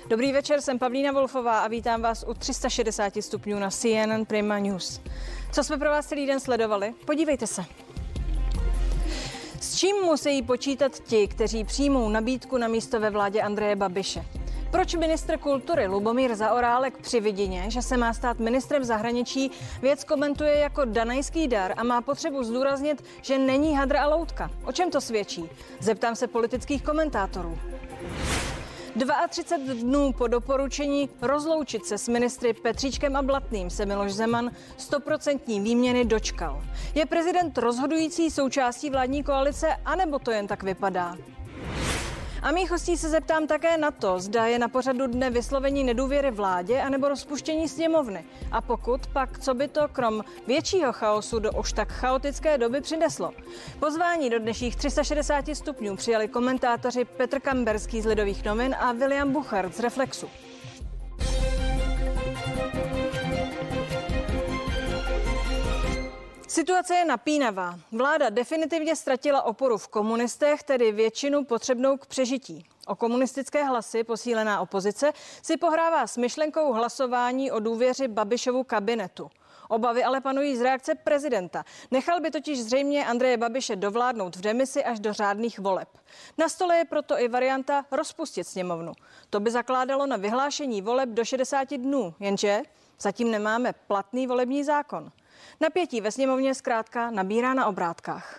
Dobrý večer, jsem Pavlína Wolfová a vítám vás u 360 stupňů na CNN Prima News. Co jsme pro vás celý den sledovali? Podívejte se. S čím musí počítat ti, kteří přijmou nabídku na místo ve vládě Andreje Babiše? Proč ministr kultury Lubomír Zaorálek při vidině, že se má stát ministrem zahraničí, věc komentuje jako danajský dar a má potřebu zdůraznit, že není hadr a loutka? O čem to svědčí? Zeptám se politických komentátorů. 32 dnů po doporučení rozloučit se s ministry Petříčkem a Blatným se Miloš Zeman 100% výměny dočkal. Je prezident rozhodující součástí vládní koalice, anebo to jen tak vypadá? A mých hostí se zeptám také na to, zda je na pořadu dne vyslovení nedůvěry vládě anebo rozpuštění sněmovny. A pokud, pak co by to krom většího chaosu do už tak chaotické doby přineslo? Pozvání do dnešních 360 stupňů přijali komentátoři Petr Kamberský z Lidových novin a William Buchart z Reflexu. Situace je napínavá. Vláda definitivně ztratila oporu v komunistech, tedy většinu potřebnou k přežití. O komunistické hlasy posílená opozice si pohrává s myšlenkou hlasování o důvěře Babišovu kabinetu. Obavy ale panují z reakce prezidenta. Nechal by totiž zřejmě Andreje Babiše dovládnout v demisi až do řádných voleb. Na stole je proto i varianta rozpustit sněmovnu. To by zakládalo na vyhlášení voleb do 60 dnů, jenže zatím nemáme platný volební zákon. Napětí ve sněmovně zkrátka nabírá na obrátkách.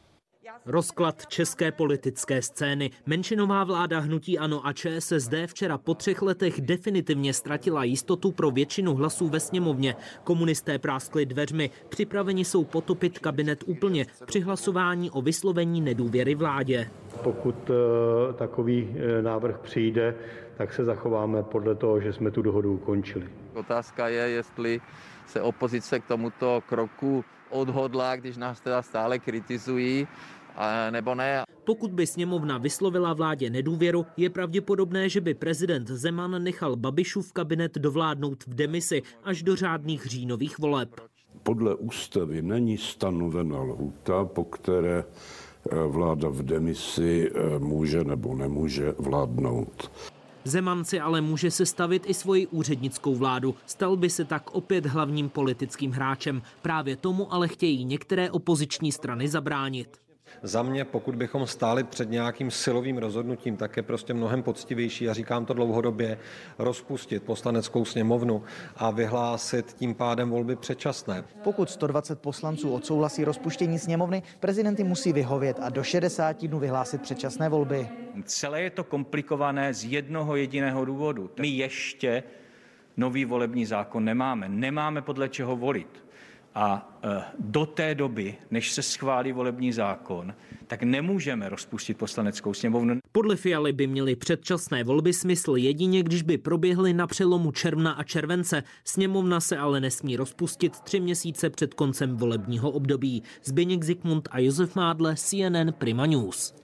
Rozklad české politické scény. Menšinová vláda hnutí ANO a ČSSD včera po 3 letech definitivně ztratila jistotu pro většinu hlasů ve sněmovně. Komunisté práskli dveřmi. Připraveni jsou potopit kabinet úplně při hlasování o vyslovení nedůvěry vládě. Pokud takový návrh přijde, tak se zachováme podle toho, že jsme tu dohodu ukončili. Otázka je, jestli se opozice k tomuto kroku odhodlá, když nás teda stále kritizují, nebo ne. Pokud by sněmovna vyslovila vládě nedůvěru, je pravděpodobné, že by prezident Zeman nechal Babišův kabinet dovládnout v demisi až do řádných říjnových voleb. Podle ústavy není stanovena lhůta, po které vláda v demisi může nebo nemůže vládnout. Zeman si ale může sestavit i svoji úřednickou vládu. Stal by se tak opět hlavním politickým hráčem. Právě tomu ale chtějí některé opoziční strany zabránit. Za mě, pokud bychom stáli před nějakým silovým rozhodnutím, tak je prostě mnohem poctivější, a říkám to dlouhodobě, rozpustit poslaneckou sněmovnu a vyhlásit tím pádem volby předčasné. Pokud 120 poslanců odsouhlasí rozpuštění sněmovny, prezidenty musí vyhovět a do 60 dnů vyhlásit předčasné volby. Celé je to komplikované z jednoho jediného důvodu. My ještě nový volební zákon nemáme. Nemáme podle čeho volit. A do té doby, než se schválí volební zákon, tak nemůžeme rozpustit poslaneckou sněmovnu. Podle Fialy by měly předčasné volby smysl jedině, když by proběhly na přelomu června a července. Sněmovna se ale nesmí rozpustit 3 měsíce před koncem volebního období. Zbyněk Zikmund a Josef Mádle, CNN Prima News.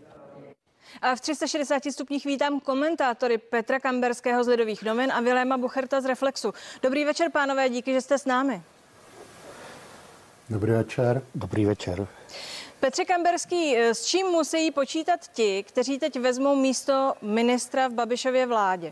A v 360 stupních vítám komentátory Petra Kamberského z Lidových novin a Williama Bucharta z Reflexu. Dobrý večer, pánové, díky, že jste s námi. Dobrý večer. Dobrý večer. Petře Kamberský, s čím musí počítat ti, kteří teď vezmou místo ministra v Babišově vládě?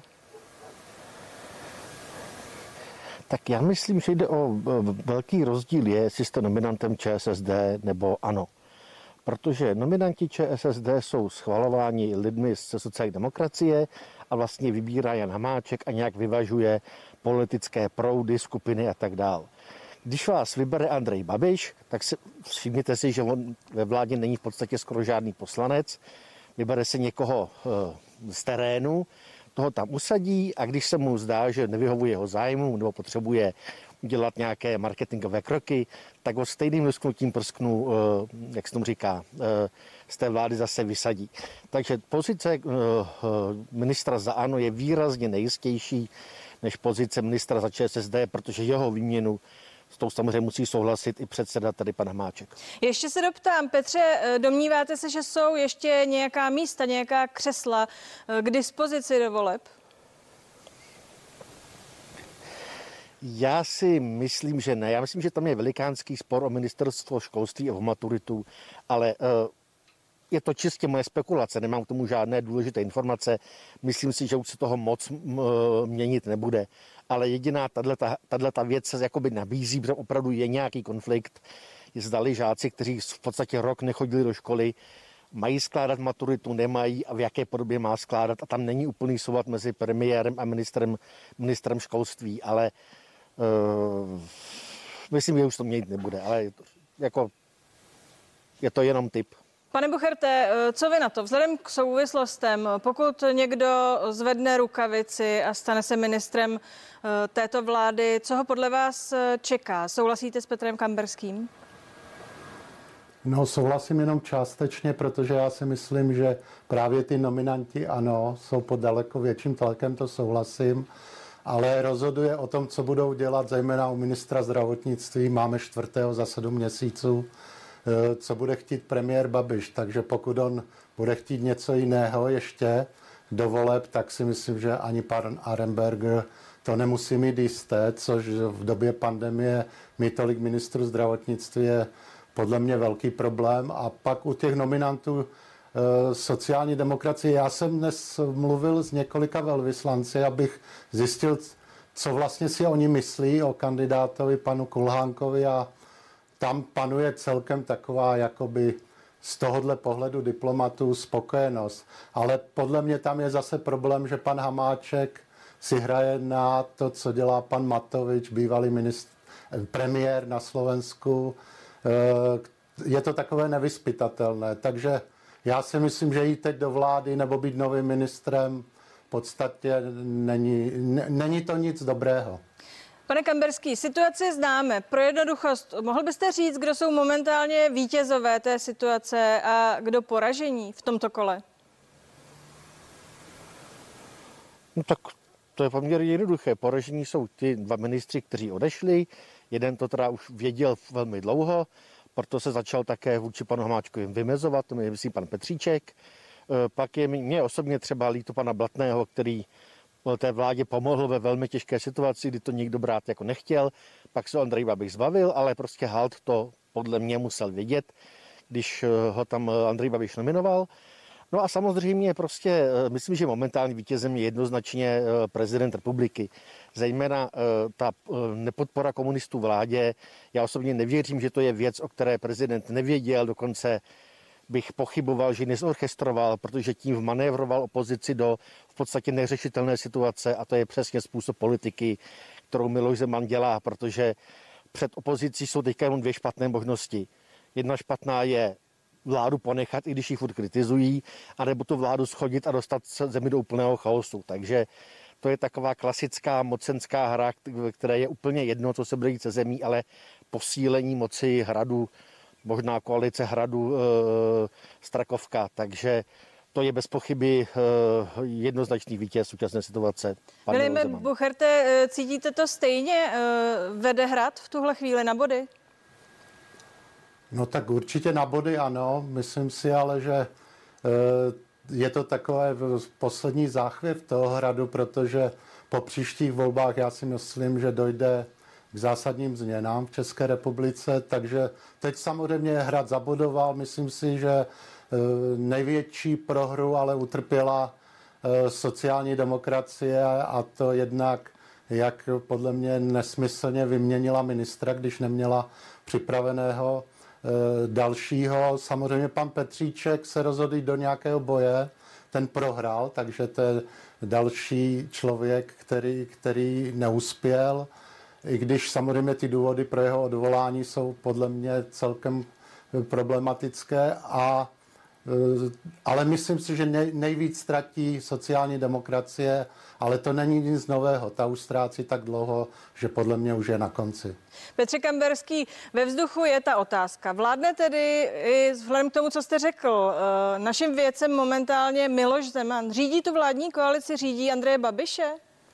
Tak já myslím, že jde o velký rozdíl, jestli jste nominantem ČSSD nebo ANO. Protože nominanti ČSSD jsou schvalováni lidmi ze sociální demokracie a vlastně vybírá Jan Hamáček a nějak vyvažuje politické proudy, skupiny a tak dál. Když vás vybere Andrej Babiš, tak všimněte si, že on ve vládě není v podstatě skoro žádný poslanec. Vybere se někoho z terénu, toho tam usadí a když se mu zdá, že nevyhovuje jeho zájmu nebo potřebuje udělat nějaké marketingové kroky, tak ho stejným lusknutím prsknu, jak se tomu říká, z té vlády zase vysadí. Takže pozice ministra za ANO je výrazně nejistější než pozice ministra za ČSSD, protože jeho výměnu s tou samozřejmě musí souhlasit i předseda, tady pan Hamáček. Ještě se doptám, Petře, domníváte se, že jsou ještě nějaká místa, nějaká křesla k dispozici do voleb? Já si myslím, že ne. Já myslím, že tam je velikánský spor o ministerstvo školství a o maturitu, ale je to čistě moje spekulace, nemám k tomu žádné důležité informace, myslím si, že už se toho moc měnit nebude, ale jediná tato věc se jakoby nabízí, protože opravdu je nějaký konflikt, zdali žáci, kteří v podstatě rok nechodili do školy, mají skládat maturitu, nemají a v jaké podobě má skládat a tam není úplný soulad mezi premiérem a ministrem školství, ale myslím, že už to měnit nebude, ale je to jenom tip. Pane Bucherte, co vy na to? Vzhledem k souvislostem, pokud někdo zvedne rukavici a stane se ministrem této vlády, co ho podle vás čeká? Souhlasíte s Petrem Kamberským? No, souhlasím jenom částečně, protože já si myslím, že právě ty nominanti ANO jsou pod daleko větším tlakem, to souhlasím, ale rozhoduje o tom, co budou dělat, zejména u ministra zdravotnictví. Máme 4. za 7 měsíců, co bude chtít premiér Babiš. Takže pokud on bude chtít něco jiného ještě do voleb, tak si myslím, že ani pan Arenberger to nemusí mít jisté, což v době pandemie mít tolik ministrů zdravotnictví je podle mě velký problém. A pak u těch nominantů sociální demokracie, já jsem dnes mluvil s několika velvyslanci, abych zjistil, co vlastně si oni myslí o kandidátovi panu Kulhánkovi a tam panuje celkem taková jakoby z tohohle pohledu diplomatů spokojenost. Ale podle mě tam je zase problém, že pan Hamáček si hraje na to, co dělá pan Matovič, bývalý premiér na Slovensku. Je to takové nevyzpytatelné, takže já si myslím, že jít teď do vlády nebo být novým ministrem v podstatě není to nic dobrého. Pane Kamberský, situaci známe. Pro jednoduchost, mohl byste říct, kdo jsou momentálně vítězové té situace a kdo poražení v tomto kole? No tak to je poměrně jednoduché. Poražení jsou ti 2 ministři, kteří odešli. Jeden to teda už věděl velmi dlouho, proto se začal také vůči panu Hamáčkovi vymezovat, to je myslím pan Petříček. Pak je mě osobně třeba líto pana Blatného, který té vládě pomohl ve velmi těžké situaci, kdy to nikdo brát jako nechtěl. Pak se Andrej Babiš zbavil, ale prostě halt to podle mě musel vědět, když ho tam Andrej Babiš nominoval. No a samozřejmě prostě myslím, že momentální vítězem je jednoznačně prezident republiky. Zejména ta nepodpora komunistů vládě. Já osobně nevěřím, že to je věc, o které prezident nevěděl, dokonce bych pochyboval, že nezorchestroval, protože tím vmanévroval opozici do v podstatě neřešitelné situace a to je přesně způsob politiky, kterou Miloš Zeman dělá, protože před opozicí jsou teďka jenom 2 špatné možnosti. Jedna špatná je vládu ponechat, i když ji furt kritizují, anebo tu vládu schodit a dostat zemi do úplného chaosu. Takže to je taková klasická mocenská hra, které je úplně jedno, co se bude dít se zemí, ale posílení moci Hradu, možná koalice Hradu Strakovka. Takže to je bez pochyby jednoznačný vítěz současné situace. Vilime Bucherte, cítíte to stejně? Vede Hrad v tuhle chvíli na body? No tak určitě na body ano, myslím si ale, že je to takové poslední záchvěv toho Hradu, protože po příštích volbách já si myslím, že dojde k zásadním změnám v České republice, takže teď samozřejmě Hrad zabodoval, myslím si, že největší prohru ale utrpěla sociální demokracie a to jednak, jak podle mě nesmyslně vyměnila ministra, když neměla připraveného dalšího. Samozřejmě pan Petříček se rozhodl do nějakého boje, ten prohrál, takže to je další člověk, který neuspěl, i když samozřejmě ty důvody pro jeho odvolání jsou podle mě celkem problematické, ale myslím si, že nejvíc ztratí sociální demokracie, ale to není nic nového. Ta už ztrácí tak dlouho, že podle mě už je na konci. Petře Kamberský, ve vzduchu je ta otázka. Vládne tedy i vzhledem k tomu, co jste řekl, našim vědcem momentálně Miloš Zeman. Řídí tu vládní koalici, řídí Andreje Babiše?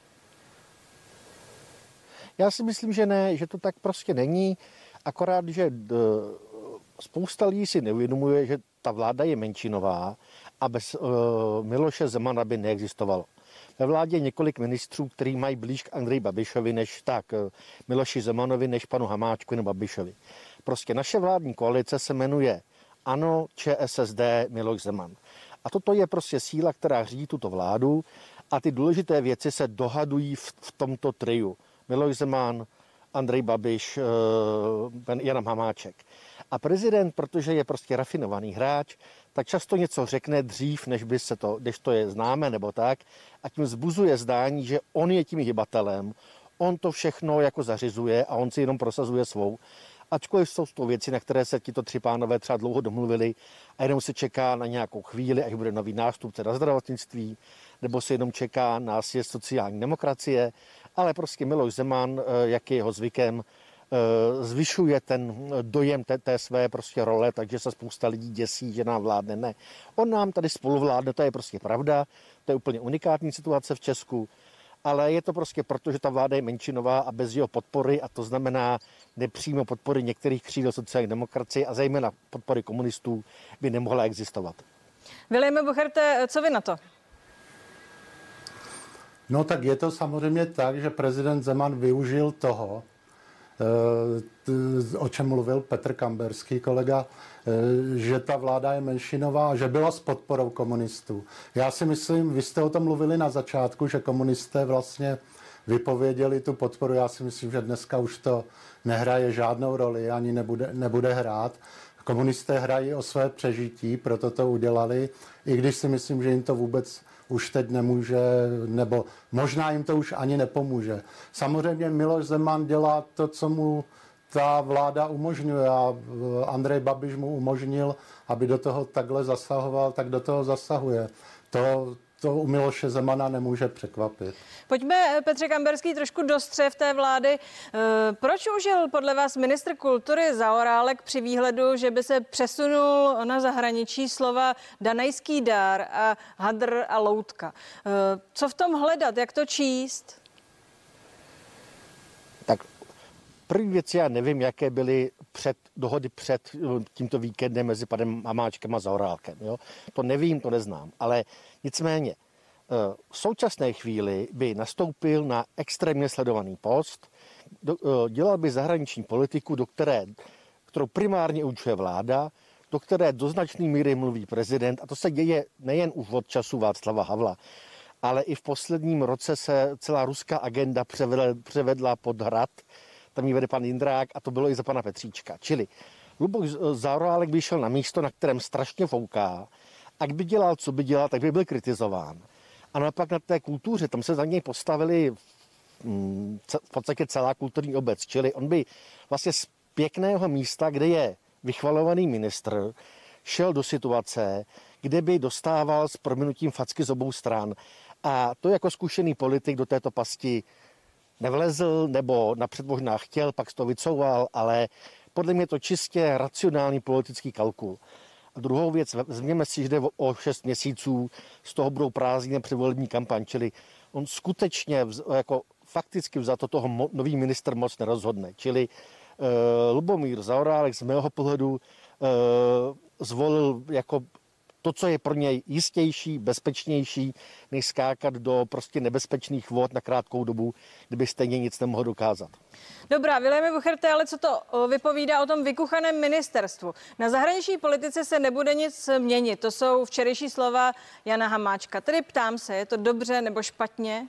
Já si myslím, že ne, že to tak prostě není. Akorát, že spousta lidí si neuvědomuje, že ta vláda je menšinová a bez Miloše Zemana by neexistovalo. Ve vládě je několik ministrů, kteří mají blíž k Andreji Babišovi než tak Miloši Zemanovi, než panu Hamáčku nebo Babišovi. Prostě naše vládní koalice se jmenuje ANO, ČSSD, Miloš Zeman. A toto je prostě síla, která řídí tuto vládu a ty důležité věci se dohadují v tomto triu. Miloš Zeman, Andrej Babiš, Jan Hamáček. A prezident, protože je prostě rafinovaný hráč, tak často něco řekne dřív, než to je známe nebo tak, a tím vzbuzuje zdání, že on je tím hybatelem, on to všechno jako zařizuje a on si jenom prosazuje svou. Ačkoliv jsou to věci, na které se tito tři pánové třeba dlouho domluvili a jenom se čeká na nějakou chvíli, až bude nový nástupce na zdravotnictví, nebo se jenom čeká na sjezd sociální demokracie, ale prostě Miloš Zeman, jak je jeho zvykem, zvyšuje ten dojem té své prostě role, takže se spousta lidí děsí, že nám vládne. Ne, on nám tady spoluvládne, to je prostě pravda, to je úplně unikátní situace v Česku, ale je to prostě proto, že ta vláda je menšinová a bez jeho podpory, a to znamená nepřímo podpory některých křídel sociální demokracie a zejména podpory komunistů, by nemohla existovat. Williame Bucherte, co vy na to? No tak je to samozřejmě tak, že prezident Zeman využil toho, o čem mluvil Petr Kamberský, kolega, že ta vláda je menšinová a že byla s podporou komunistů. Já si myslím, vy jste o tom mluvili na začátku, že komunisté vlastně vypověděli tu podporu. Já si myslím, že dneska už to nehraje žádnou roli, ani nebude hrát. Komunisté hrají o své přežití, proto to udělali, i když si myslím, že jim to vůbec už teď nemůže, nebo možná jim to už ani nepomůže. Samozřejmě Miloš Zeman dělá to, co mu ta vláda umožňuje, a Andrej Babiš mu umožnil, aby do toho takhle zasahoval, tak do toho zasahuje. To u Miloše Zemana nemůže překvapit. Pojďme, Petře Kamberský, trošku do střev té vlády. Proč užil podle vás ministr kultury Zaorálek při výhledu, že by se přesunul na zahraničí slova danajský dár a hadr a loutka? Co v tom hledat? Jak to číst? Tak první věc, já nevím, jaké byly dohody před tímto víkendem mezi panem Hamáčkem a Zaorálkem. Jo? To nevím, to neznám, ale nicméně v současné chvíli by nastoupil na extrémně sledovaný post, dělal by zahraniční politiku, kterou primárně určuje vláda, do které do značné míry mluví prezident, a to se děje nejen už od času Václava Havla, ale i v posledním roce se celá ruská agenda převedla pod hrad. Tam ji vede pan Jindrák a to bylo i za pana Petříčka. Čili Luboš Zaorálek by šel na místo, na kterém strašně fouká, a kdyby dělal, co by dělal, tak by byl kritizován. A naopak na té kultuře, tam se za něj postavili v podstatě celá kulturní obec. Čili on by vlastně z pěkného místa, kde je vychvalovaný ministr, šel do situace, kde by dostával s prominutím facky z obou stran. A to jako zkušený politik do této pasti nevlezl, nebo napřed možná chtěl, pak to vycouval, ale podle mě to čistě racionální politický kalkul. A druhou věc, vezměme si, že jde o 6 měsíců, z toho budou prázdniny předvolební kampaň, čili on skutečně jako fakticky vzato toho nový ministr moc nerozhodne. Čili Lubomír Zaorálek z mého pohledu zvolil jako to, co je pro něj jistější, bezpečnější, než skákat do prostě nebezpečných vod na krátkou dobu, kdyby stejně nic nemohl dokázat. Dobrá, Williame Bucherte, ale co to vypovídá o tom vykuchaném ministerstvu? Na zahraniční politice se nebude nic měnit. To jsou včerejší slova Jana Hamáčka. Tedy ptám se, je to dobře nebo špatně?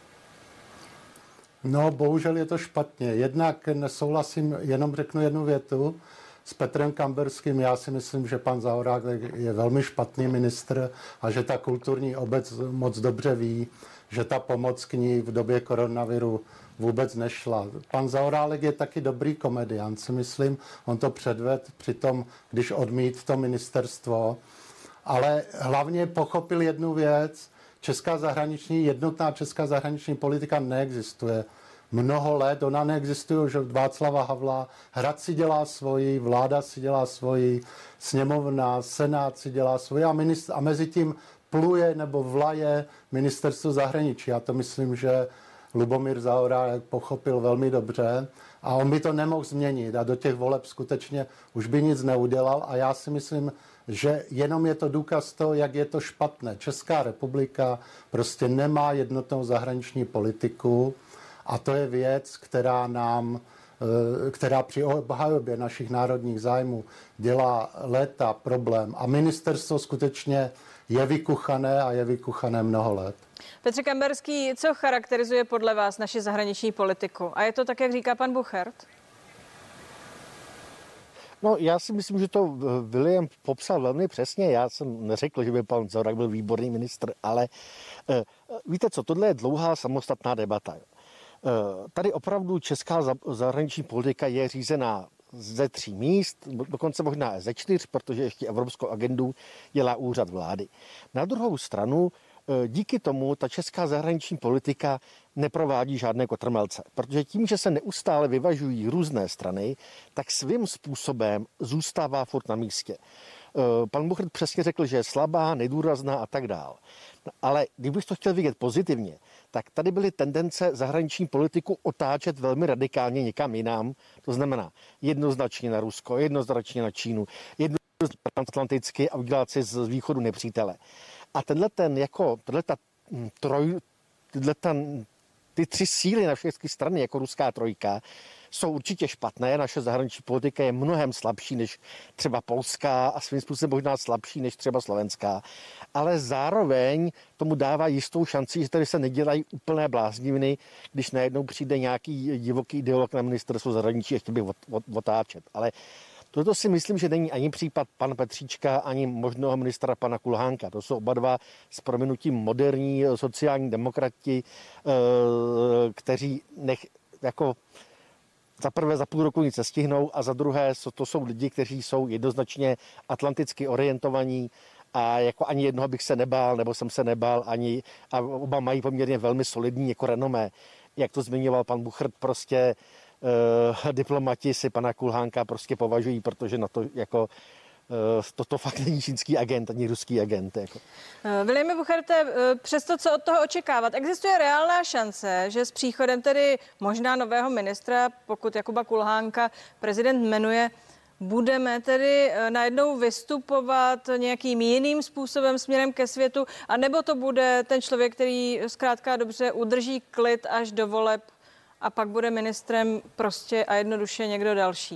No, bohužel je to špatně. Jednak nesouhlasím, jenom řeknu jednu větu. S Petrem Kamberským já si myslím, že pan Zaorálek je velmi špatný ministr a že ta kulturní obec moc dobře ví, že ta pomoc k ní v době koronaviru vůbec nešla. Pan Zaorálek je taky dobrý komediant, si myslím, on to předvedl při tom, když odmít to ministerstvo, ale hlavně pochopil jednu věc, jednotná česká zahraniční politika neexistuje. Mnoho let, ona neexistuje už od Václava Havla, Hrad si dělá svoji, vláda si dělá svoji, sněmovna, senát si dělá svoji a mezi tím pluje nebo vlaje ministerstvo zahraničí. Já to myslím, že Lubomír Zaorálek pochopil velmi dobře a on by to nemohl změnit a do těch voleb skutečně už by nic neudělal a já si myslím, že jenom je to důkaz toho, jak je to špatné. Česká republika prostě nemá jednotnou zahraniční politiku a to je věc, která nám která při obhajobě našich národních zájmů dělá léta problém. A ministerstvo skutečně je vykuchané a je vykuchané mnoho let. Petře Kamberský, co charakterizuje podle vás naši zahraniční politiku? A je to tak, jak říká pan Buchert? No, já si myslím, že to William popsal velmi přesně. Já jsem neřekl, že by pan Zaorálek byl výborný ministr, ale víte co, tohle je dlouhá samostatná debata. Tady opravdu česká zahraniční politika je řízená ze 3 míst, dokonce možná ze 4, protože ještě evropskou agendu dělá úřad vlády. Na druhou stranu, díky tomu ta česká zahraniční politika neprovádí žádné kotrmelce, protože tím, že se neustále vyvažují různé strany, tak svým způsobem zůstává furt na místě. Pan Buchert přesně řekl, že je slabá, nedůrazná a tak dál. Ale kdybych to chtěl vidět pozitivně, tak tady byly tendence zahraniční politiku otáčet velmi radikálně někam jinam. To znamená jednoznačně na Rusko, jednoznačně na Čínu, jednoznačně transatlanticky a udělat si z východu nepřítele. A ty 3 síly na všechny strany, jako ruská trojka, jsou určitě špatné. Naše zahraniční politika je mnohem slabší než třeba polská a svým způsobem možná slabší než třeba slovenská. Ale zároveň tomu dává jistou šanci, že tady se nedělají úplné blázniviny, když najednou přijde nějaký divoký ideolog na ministerstvo zahraničí a chtěl bych otáčet. Ale toto si myslím, že není ani případ pana Petříčka, ani možného ministra pana Kulhánka. To jsou oba dva s prominutím moderní sociální demokrati, kteří za prvé za půl roku nic nestihnou a za druhé to jsou lidi, kteří jsou jednoznačně atlanticky orientovaní a jako ani jednoho bych se nebál, nebo jsem se nebál ani a oba mají poměrně velmi solidní jako renomé. Jak to zmiňoval pan Buchert, prostě diplomati si pana Kulhánka prostě považují, protože na to jako toto fakt není čínský agent, ani ruský agent. Jako. Williame Bucherte, přesto, co od toho očekávat, existuje reálná šance, že s příchodem tedy možná nového ministra, pokud Jakuba Kulhánka prezident jmenuje, budeme tedy najednou vystupovat nějakým jiným způsobem směrem ke světu, anebo to bude ten člověk, který zkrátka dobře udrží klid až do voleb a pak bude ministrem prostě a jednoduše někdo další?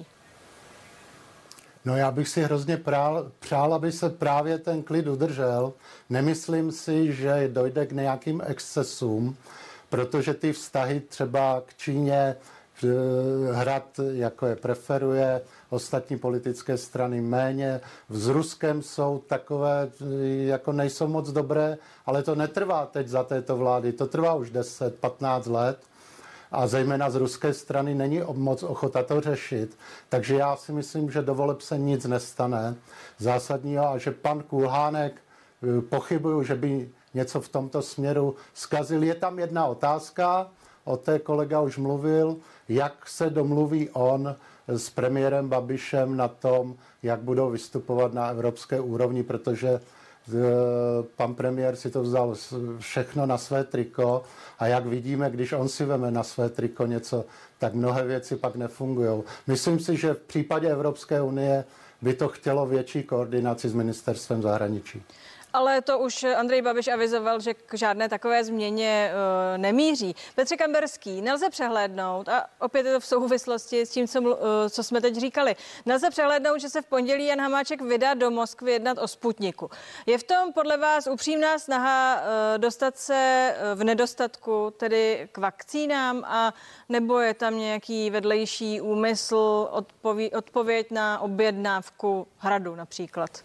No já bych si hrozně přál, aby se právě ten klid udržel. Nemyslím si, že dojde k nějakým excesům, protože ty vztahy třeba k Číně Hrad jako je preferuje, ostatní politické strany méně. S Ruskem jsou takové, jako nejsou moc dobré, ale to netrvá teď za této vlády, to trvá už 10-15 let. A zejména z ruské strany není moc ochota to řešit. Takže já si myslím, že do voleb se nic nestane zásadního a že pan Kulhánek, pochybuju, že by něco v tomto směru zkazil. Je tam jedna otázka, o té kolega už mluvil, jak se domluví on s premiérem Babišem na tom, jak budou vystupovat na evropské úrovni, protože pan premiér si to vzal všechno na své triko a jak vidíme, když on si veme na své triko něco, tak mnohé věci pak nefungují. Myslím si, že v případě Evropské unie by to chtělo větší koordinaci s ministerstvem zahraničí. Ale to už Andrej Babiš avizoval, že k žádné takové změně nemíří. Petře Kamberský, nelze přehlédnout, a opět je to v souvislosti s tím, co jsme teď říkali, nelze přehlédnout, že se v pondělí Jan Hamáček vydá do Moskvy jednat o Sputniku. Je v tom podle vás upřímná snaha dostat se v nedostatku, tedy k vakcínám, a nebo je tam nějaký vedlejší úmysl, odpověď na objednávku Hradu například?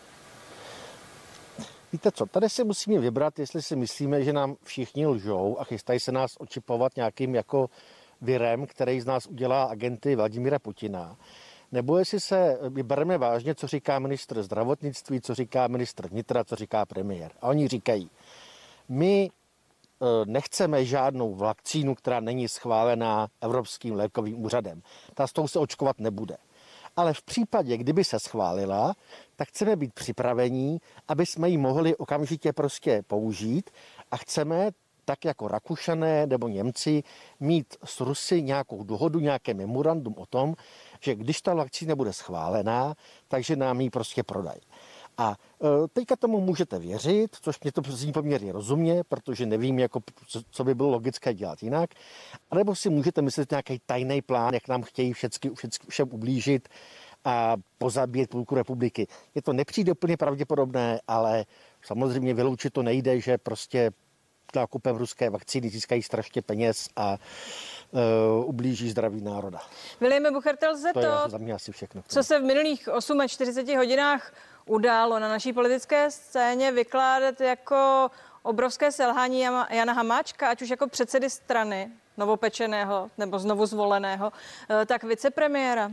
Víte co, tady si musíme vybrat, jestli si myslíme, že nám všichni lžou a chystají se nás očipovat nějakým jako virem, který z nás udělá agenty Vladimíra Putina. Nebo jestli se bereme vážně, co říká ministr zdravotnictví, co říká ministr vnitra, co říká premiér. A oni říkají, my nechceme žádnou vakcínu, která není schválená Evropským lékovým úřadem. Ta s tou se očkovat nebude. Ale v případě, kdyby se schválila, tak chceme být připravení, aby jsme ji mohli okamžitě prostě použít a chceme, tak jako Rakušané nebo Němci, mít s Rusy nějakou dohodu, nějaké memorandum o tom, že když ta vakcína bude schválená, takže nám ji prostě prodají. A teďka tomu můžete věřit, což mě to zní poměrně rozumně, protože nevím, jako, co by bylo logické dělat jinak. A nebo si můžete myslet nějaký tajný plán, jak nám chtějí všem ublížit a pozabíjet půlku republiky. Je to nepřijde úplně pravděpodobné, ale samozřejmě vyloučit to nejde, že prostě nákupem ruské vakcíny získají strašně peněz a ublíží zdraví národa. Williame Bucherte, lze to je za mě asi všechno. Co se v minulých 48 hodinách událo na naší politické scéně, vykládat jako obrovské selhání Jana Hamáčka, ať už jako předsedy strany novopečeného nebo znovu zvoleného, tak vicepremiéra?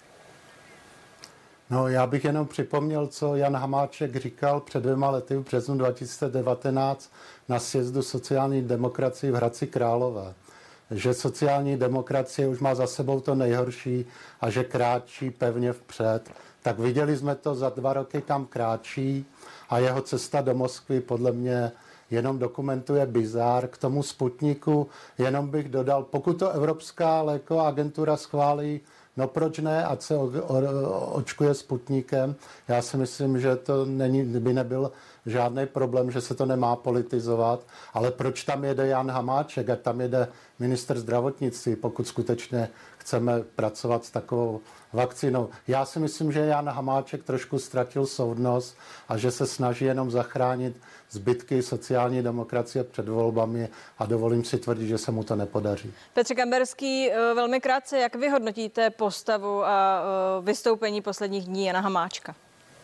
No, já bych jenom připomněl, co Jan Hamáček říkal před 2 lety v březnu 2019 na sjezdu sociální demokracie v Hradci Králové. Že sociální demokracie už má za sebou to nejhorší a že kráčí pevně vpřed. Tak viděli jsme to za 2 roky, kam kráčí, a jeho cesta do Moskvy podle mě jenom dokumentuje bizár. K tomu Sputniku jenom bych dodal, pokud to Evropská léková agentura schválí, no proč ne, ať se očkuje Sputnikem. Já si myslím, že to by nebyl žádný problém, že se to nemá politizovat, ale proč tam jede Jan Hamáček, ať tam jede ministr zdravotnictví, pokud skutečně chceme pracovat s takovou vakcínou. Já si myslím, že Jan Hamáček trošku ztratil soudnost a že se snaží jenom zachránit zbytky sociální demokracie před volbami a dovolím si tvrdit, že se mu to nepodaří. Petře Kamberský, velmi krátce, jak vy hodnotíte postavu a vystoupení posledních dní Jana Hamáčka?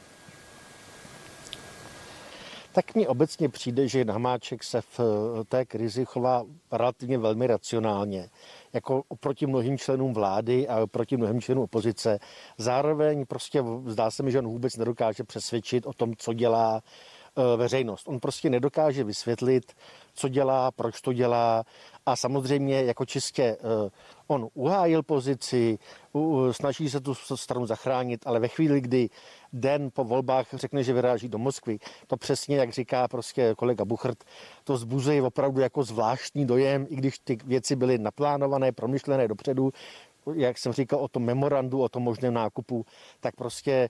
Tak mně obecně přijde, že Hamáček se v té krizi chová relativně velmi racionálně, jako oproti mnohým členům vlády a oproti mnohým členům opozice. Zároveň prostě zdá se mi, že on vůbec nedokáže přesvědčit o tom, co dělá veřejnost. On prostě nedokáže vysvětlit, co dělá, proč to dělá, a samozřejmě jako čistě on uhájil pozici, snaží se tu stranu zachránit, ale ve chvíli, kdy den po volbách řekne, že vyráží do Moskvy, to přesně, jak říká prostě kolega Buchert, to vzbuzuje opravdu jako zvláštní dojem, i když ty věci byly naplánované, promyšlené dopředu, jak jsem říkal o tom memorandu, o tom možném nákupu, tak prostě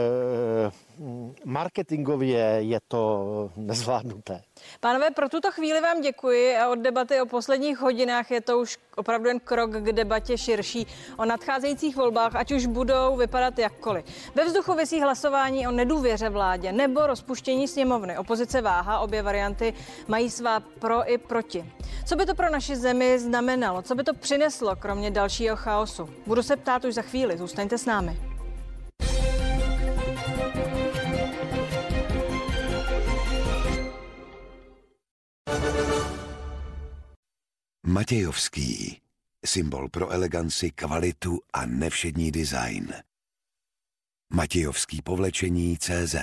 marketingově je to nezvládnuté. Pánové, pro tuto chvíli vám děkuji a od debaty o posledních hodinách je to už opravdu jen krok k debatě širší o nadcházejících volbách, ať už budou vypadat jakkoliv. Ve vzduchu visí hlasování o nedůvěře vládě nebo rozpuštění sněmovny. Opozice váhá, obě varianty mají svá pro i proti. Co by to pro naši zemi znamenalo? Co by to přineslo, kromě dalšího chaosu? Budu se ptát už za chvíli, zůstaňte s námi. Matějovský. Symbol pro eleganci, kvalitu a nevšední design. Matějovský povlečení CZ.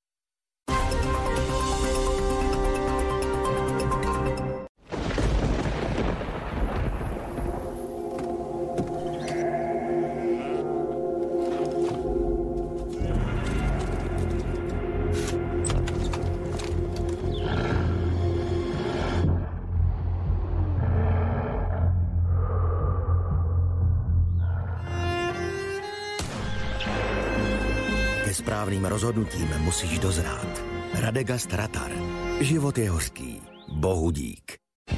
Správným rozhodnutím musíš dozrát. Radegast Ratar. Život je hořký. Bohu dík.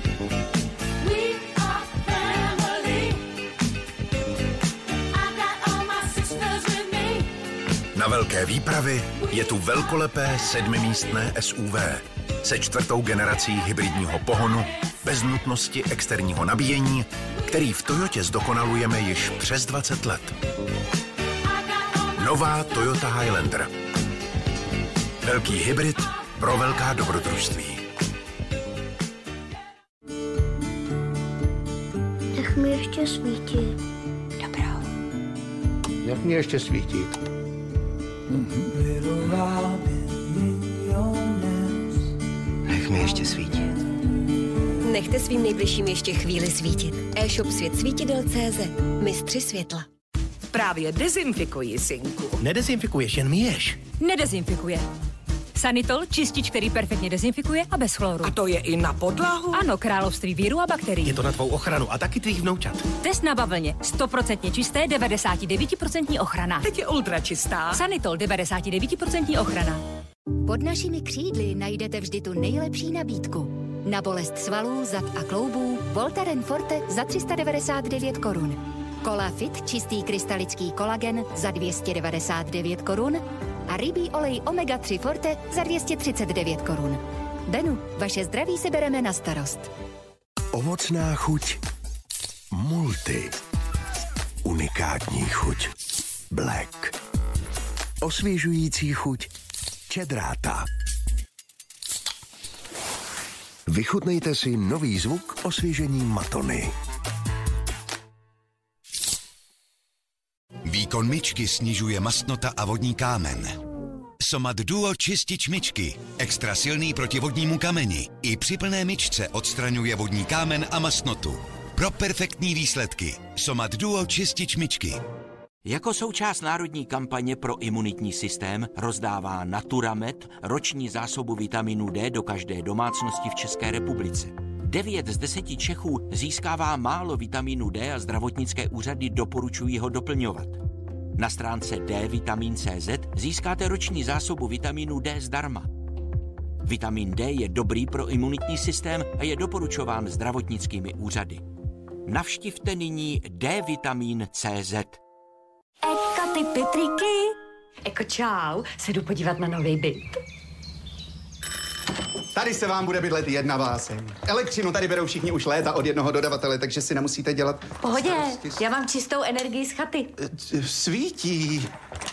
Na velké výpravy je tu velkolepé 7místné SUV se 4. generací hybridního pohonu bez nutnosti externího nabíjení, který v Toyotě zdokonalujeme již přes 20 let. Nová Toyota Highlander. Velký hybrid pro velká dobrodružství. Nech mi ještě svítit. Dobrá. Nech mi ještě svítit. Nech mi ještě svítit. Nechte svým nejbližším ještě chvíli svítit. E-shop Svět svítidel.cz. Mistři světla. Právě dezinfikuji, synku. Nedezinfikuješ, jen myješ. Nedezinfikuje. Sanitol, čistič, který perfektně dezinfikuje a bez chloru. A to je i na podlahu? Ano, království víru a bakterií. Je to na tvou ochranu a taky tvých vnoučat. Test na bavlně. 100% čisté, 99% ochrana. Teď je ultra čistá. Sanitol, 99% ochrana. Pod našimi křídly najdete vždy tu nejlepší nabídku. Na bolest svalů, zad a kloubů Voltaren Forte za 399 korun. Colafit čistý krystalický kolagen za 299 korun a rybí olej Omega 3 Forte za 239 korun. Benu, vaše zdraví si bereme na starost. Ovocná chuť Multi. Unikátní chuť Black. Osvěžující chuť Čedráta. Vychutnejte si nový zvuk osvěžení Matony. Výkon myčky snižuje mastnota a vodní kámen. Somat Duo čistič myčky. Extra silný proti vodnímu kameni. I při plné myčce odstraňuje vodní kámen a mastnotu. Pro perfektní výsledky. Somat Duo čistič myčky. Jako součást národní kampaně pro imunitní systém rozdává Naturamed roční zásobu vitaminu D do každé domácnosti v České republice. 9 z 10 Čechů získává málo vitamínu D a zdravotnické úřady doporučují ho doplňovat. Na stránce dvitamin.cz získáte roční zásobu vitamínu D zdarma. Vitamin D je dobrý pro imunitní systém a je doporučován zdravotnickými úřady. Navštivte nyní dvitamin.cz. Eka ty Petriky. Eko čau, se jdu podívat na nový byt. Tady se vám bude bydlet jedna báseň. Elektřinu tady berou všichni už léta od jednoho dodavatele, takže si nemusíte dělat... V pohodě, já mám čistou energii z chaty. Svítí.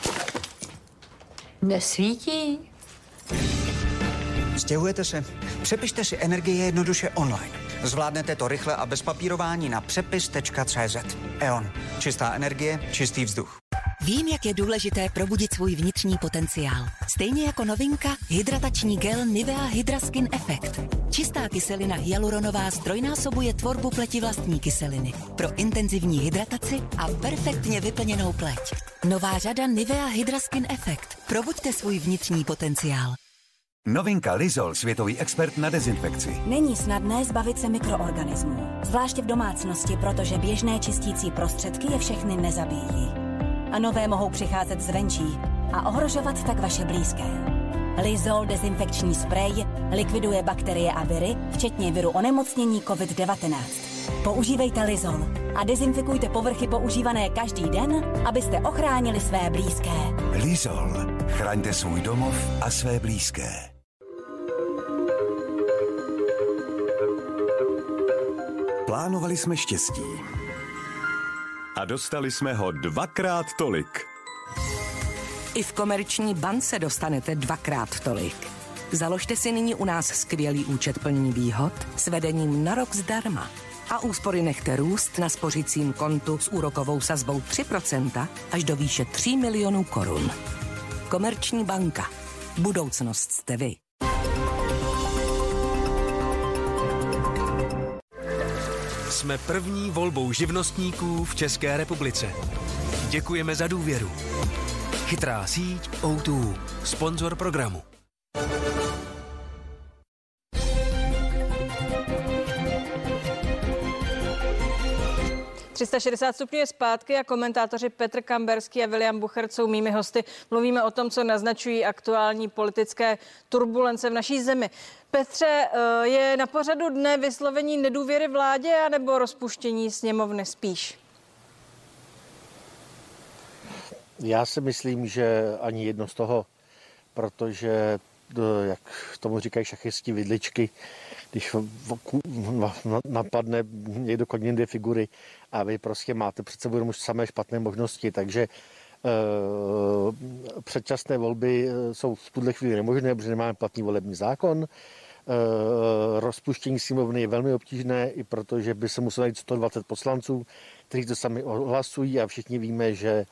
Nesvítí. Stěhujete se? Přepište si energii jednoduše online. Zvládnete to rychle a bez papírování na přepis.cz. E.ON. Čistá energie, čistý vzduch. Vím, jak je důležité probudit svůj vnitřní potenciál. Stejně jako novinka hydratační gel Nivea Hydra Skin Effect. Čistá kyselina hyaluronová zdvojnásobuje tvorbu pleti vlastní kyseliny pro intenzivní hydrataci a perfektně vyplněnou pleť. Nová řada Nivea Hydra Skin Effect. Probuďte svůj vnitřní potenciál. Novinka Lizol, světový expert na dezinfekci. Není snadné zbavit se mikroorganismů, zvláště v domácnosti, protože běžné čistící prostředky je všechny nezabíjí. A nové mohou přicházet zvenčí a ohrožovat tak vaše blízké. Lizol dezinfekční sprej likviduje bakterie a viry, včetně viru onemocnění COVID-19. Používejte Lizol a dezinfikujte povrchy používané každý den, abyste ochránili své blízké. Lizol. Chraňte svůj domov a své blízké. Plánovali jsme štěstí. A dostali jsme ho 2x tolik. I v Komerční bance dostanete 2x tolik. Založte si nyní u nás skvělý účet plní výhod s vedením na rok zdarma. A úspory nechte růst na spořicím kontu s úrokovou sazbou 3% až do výše 3 milionů korun. Komerční banka. Budoucnost jste vy. Jsme první volbou živnostníků v České republice. Děkujeme za důvěru. Chytrá síť O2, sponzor programu. ...360 stupňů je zpátky a komentátoři Petr Kamberský a William Buchert jsou mými hosty. Mluvíme o tom, co naznačují aktuální politické turbulence v naší zemi. Petře, je na pořadu dne vyslovení nedůvěry vládě anebo rozpuštění sněmovny spíš? Já si myslím, že ani jedno z toho, protože, jak tomu říkají šachisti vidličky, když napadne někdo kodně dvě figury a vy prostě máte před sebou už samé špatné možnosti, takže předčasné volby jsou v tuhle chvíli nemožné, protože nemáme platný volební zákon. Rozpuštění sněmovny je velmi obtížné, i protože by se muselo najít 120 poslanců, kteří to sami ohlasují a všichni víme, že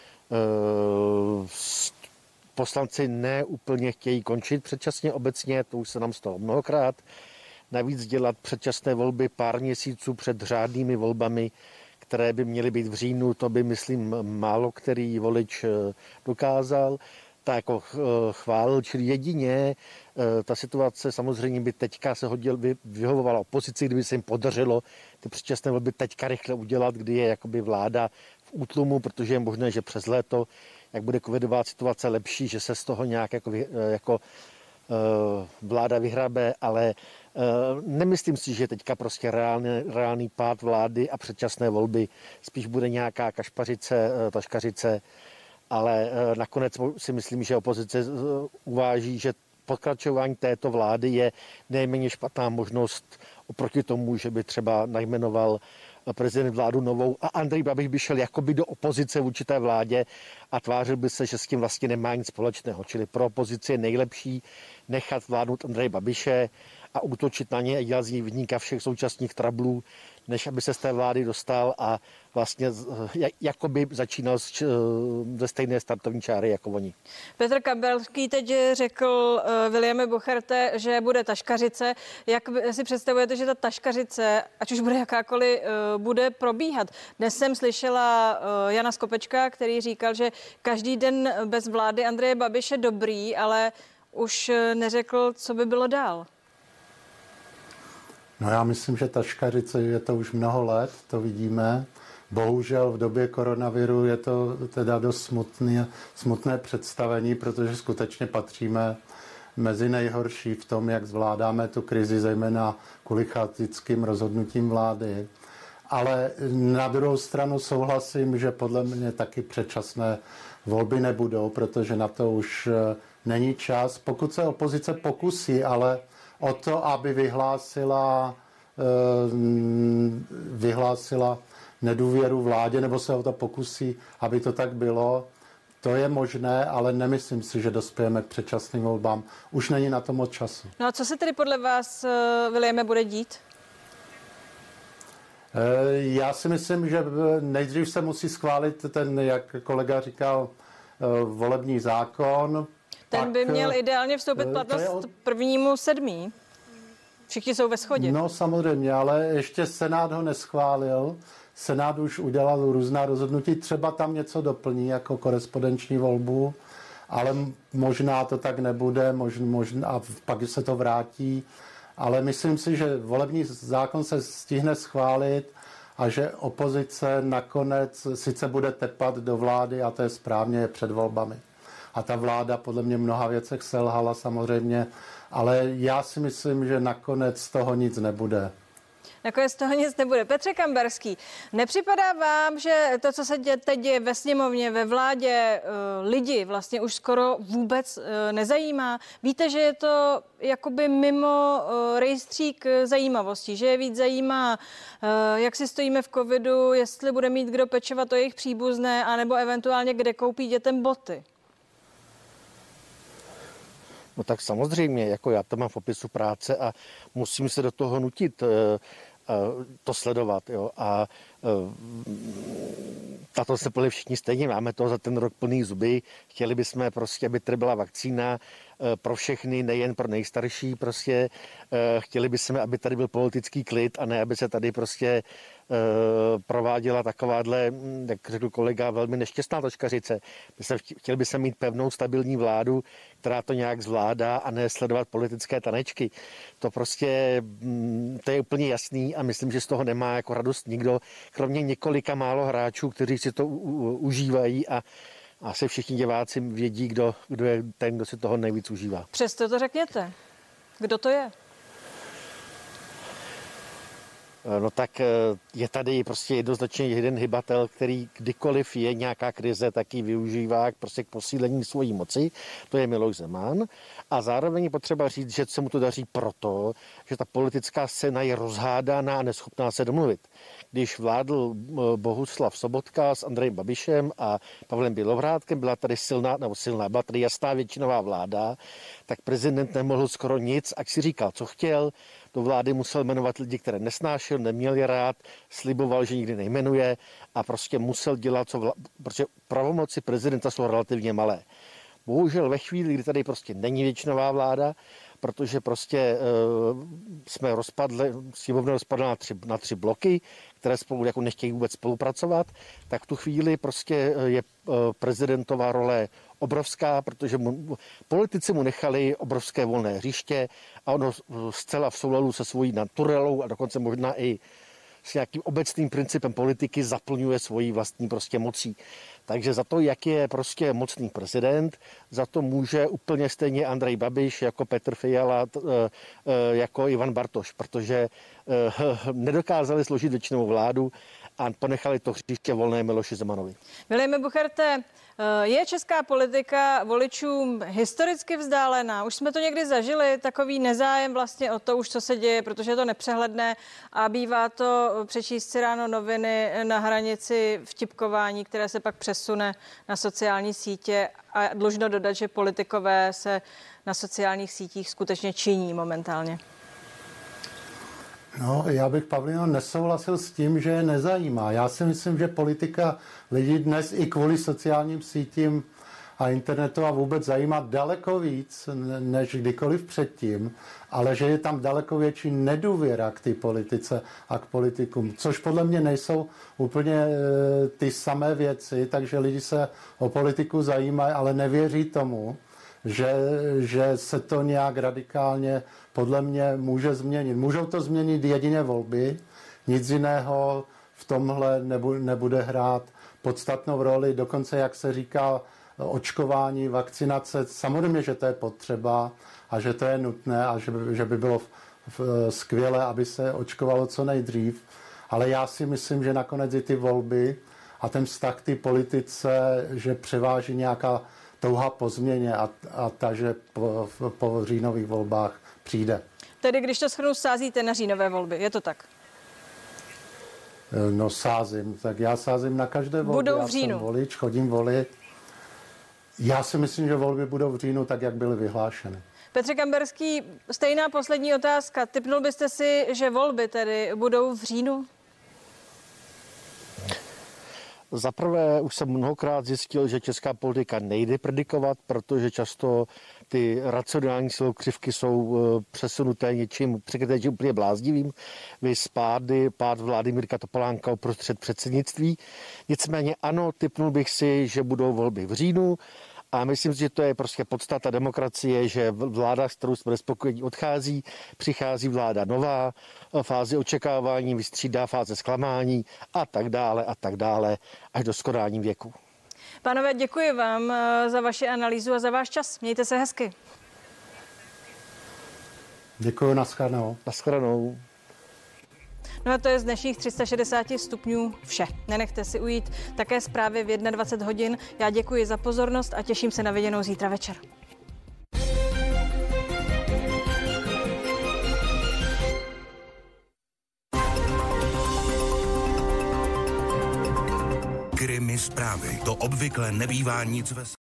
poslanci neúplně chtějí končit předčasně obecně, to už se nám stalo mnohokrát. Navíc dělat předčasné volby pár měsíců před řádnými volbami, které by měly být v říjnu, to by, myslím, málo který volič dokázal. Tak jako chválil, čili jedině ta situace samozřejmě by teďka se vyhovovala opozici, kdyby se jim podařilo ty předčasné volby teďka rychle udělat, kdy je jakoby vláda v útlumu, protože je možné, že přes léto jak bude covidová situace lepší, že se z toho nějak jako vláda vyhrabe, ale nemyslím si, že teďka prostě reálný pád vlády a předčasné volby, spíš bude nějaká taškařice, ale nakonec si myslím, že opozice uváží, že pokračování této vlády je nejméně špatná možnost oproti tomu, že by třeba najmenoval prezident vládu novou a Andrej Babiš by šel jakoby do opozice v určité vládě a tvářil by se, že s tím vlastně nemá nic společného. Čili pro opozici je nejlepší nechat vládnout Andreje Babiše a útočit na ně a dělat z něj viníka všech současných trablů, než aby se z té vlády dostal a vlastně jakoby začínal ze stejné startovní čáry jako oni. Petr Kabelský teď řekl Williame Bucherte, že bude taškařice. Jak si představujete, že ta taškařice, ať už bude jakákoliv, bude probíhat? Dnes jsem slyšela Jana Skopečka, který říkal, že každý den bez vlády Andreje Babiše dobrý, ale už neřekl, co by bylo dál. No já myslím, že taškařice je to už mnoho let, to vidíme. Bohužel v době koronaviru je to teda dost smutné představení, protože skutečně patříme mezi nejhorší v tom, jak zvládáme tu krizi, zejména kvůli chaotickým rozhodnutím vlády. Ale na druhou stranu souhlasím, že podle mě taky předčasné volby nebudou, protože na to už není čas. Pokud se opozice pokusí, ale o to, aby vyhlásila nedůvěru vládě, nebo se o to pokusí, aby to tak bylo. To je možné, ale nemyslím si, že dospějeme k předčasným volbám. Už není na to moc času. No a co se tedy podle vás, Williame, bude dít? Já si myslím, že nejdřív se musí schválit ten, jak kolega říkal, volební zákon. Ten by měl ideálně vstoupit platnost 1.7. Všichni jsou ve shodě. No samozřejmě, ale ještě Senát ho neschválil. Senát už udělal různá rozhodnutí, třeba tam něco doplní jako korespondenční volbu, ale možná to tak nebude, možná, a pak se to vrátí. Ale myslím si, že volební zákon se stihne schválit a že opozice nakonec sice bude tepat do vlády, a to je správně, před volbami. A ta vláda podle mě v mnoha věcech selhala samozřejmě, ale já si myslím, že nakonec z toho nic nebude. Nakonec toho nic nebude. Petře Kamberský, nepřipadá vám, že to, co se teď děje ve sněmovně, ve vládě, lidi vlastně už skoro vůbec nezajímá? Víte, že je to jakoby mimo rejstřík zajímavostí, že je víc zajímá, jak si stojíme v covidu, jestli bude mít kdo pečovat o jejich příbuzné, anebo eventuálně kde koupí dětem boty? No tak samozřejmě, jako já to mám v opisu práce a musím se do toho nutit to sledovat. Jo. A tato se plně všichni stejně, máme to za ten rok plný zuby. Chtěli bychom prostě, aby tady byla vakcína pro všechny, nejen pro nejstarší. Prostě chtěli bychom, aby tady byl politický klid a ne, aby se tady prostě prováděla takováhle, jak řekl kolega, velmi nešťastná taškařice. Chtěli bychom mít pevnou, stabilní vládu, která to nějak zvládá a ne sledovat politické tanečky. To prostě, to je úplně jasný a myslím, že z toho nemá jako radost nikdo, kromě několika málo hráčů, kteří si to užívají a asi všichni diváci vědí, kdo je ten, kdo si toho nejvíc užívá. Přesto to řekněte. Kdo to je? No tak je tady prostě jednoznačně jeden hybatel, který kdykoliv je nějaká krize, tak ji využívá prostě k posílení svojí moci. To je Miloš Zeman. A zároveň je potřeba říct, že se mu to daří proto, že ta politická scéna je rozhádaná a neschopná se domluvit. Když vládl Bohuslav Sobotka s Andrejem Babišem a Pavlem Bělobrádkem, byla tady byla tady jasná většinová vláda, tak prezident nemohl skoro nic, ať si říkal, co chtěl. Do vlády musel jmenovat lidi, které nesnášel, neměl je rád, sliboval, že nikdy nejmenuje a prostě musel dělat, protože pravomoci prezidenta jsou relativně malé. Bohužel ve chvíli, kdy tady prostě není většinová vláda, protože prostě sněmovna rozpadla na tři bloky, které spolu jako nechtějí vůbec spolupracovat, tak v tu chvíli prostě je prezidentová role obrovská, protože politici mu nechali obrovské volné hřiště a ono zcela v souladu se svojí naturelou a dokonce možná i s nějakým obecným principem politiky zaplňuje svojí vlastní prostě mocí. Takže za to, jak je prostě mocný prezident, za to může úplně stejně Andrej Babiš, jako Petr Fiala, jako Ivan Bartoš, protože nedokázali složit většinovou vládu a ponechali to hřiště volné Miloši Zemanovi. Viljame Bucherte, je česká politika voličům historicky vzdálená? Už jsme to někdy zažili, takový nezájem vlastně o to už, co se děje, protože je to nepřehledné a bývá to přečíst si ráno noviny na hranici vtipkování, které se pak přesune na sociální sítě a dlužno dodat, že politikové se na sociálních sítích skutečně činí momentálně. No, já bych, Pavlino, nesouhlasil s tím, že je nezajímá. Já si myslím, že politika lidí dnes i kvůli sociálním sítím a internetu a vůbec zajímá daleko víc, než kdykoliv předtím, ale že je tam daleko větší nedůvěra k té politice a k politikům, což podle mě nejsou úplně ty samé věci, takže lidi se o politiku zajímají, ale nevěří tomu, že se to nějak radikálně podle mě může změnit. Můžou to změnit jedině volby, nic jiného v tomhle nebude hrát podstatnou roli, dokonce, jak se říká, očkování, vakcinace, samozřejmě, že to je potřeba a že to je nutné a že by bylo skvělé, aby se očkovalo co nejdřív, ale já si myslím, že nakonec i ty volby a ten vztah k té politice, že převáží nějaká touha po změně a ta, že po říjnových volbách přijde. Tedy, když to shrnu, sázíte na říjnové volby, je to tak? No sázím, tak já sázím na každé volby. Budou v říjnu. Já jsem volič, chodím volit. Já si myslím, že volby budou v říjnu tak, jak byly vyhlášeny. Petře Kamberský, stejná poslední otázka. Tipnul byste si, že volby tedy budou v říjnu? Zaprvé už jsem mnohokrát zjistil, že česká politika nejde predikovat, protože často ty racionální silokřivky jsou přesunuté něčím překryté úplně bláznivým. Pád vlády Mirka Topolánka uprostřed předsednictví. Nicméně ano, tipnul bych si, že budou volby v říjnu. A myslím si, že to je prostě podstata demokracie, že vláda, s kterou jsme nespokojení, odchází, přichází vláda nová, fázi očekávání vystřídá fáze zklamání a tak dále, až do skonání věku. Pánové, děkuji vám za vaši analýzu a za váš čas. Mějte se hezky. Děkuji, nashledanou. Nashledanou. No a to je z dnešních 360 stupňů vše. Nenechte si ujít také zprávy v 21 hodin. Já děkuji za pozornost a těším se na viděnou zítra večer. Krimi zprávy. To obvykle nebývá nic ve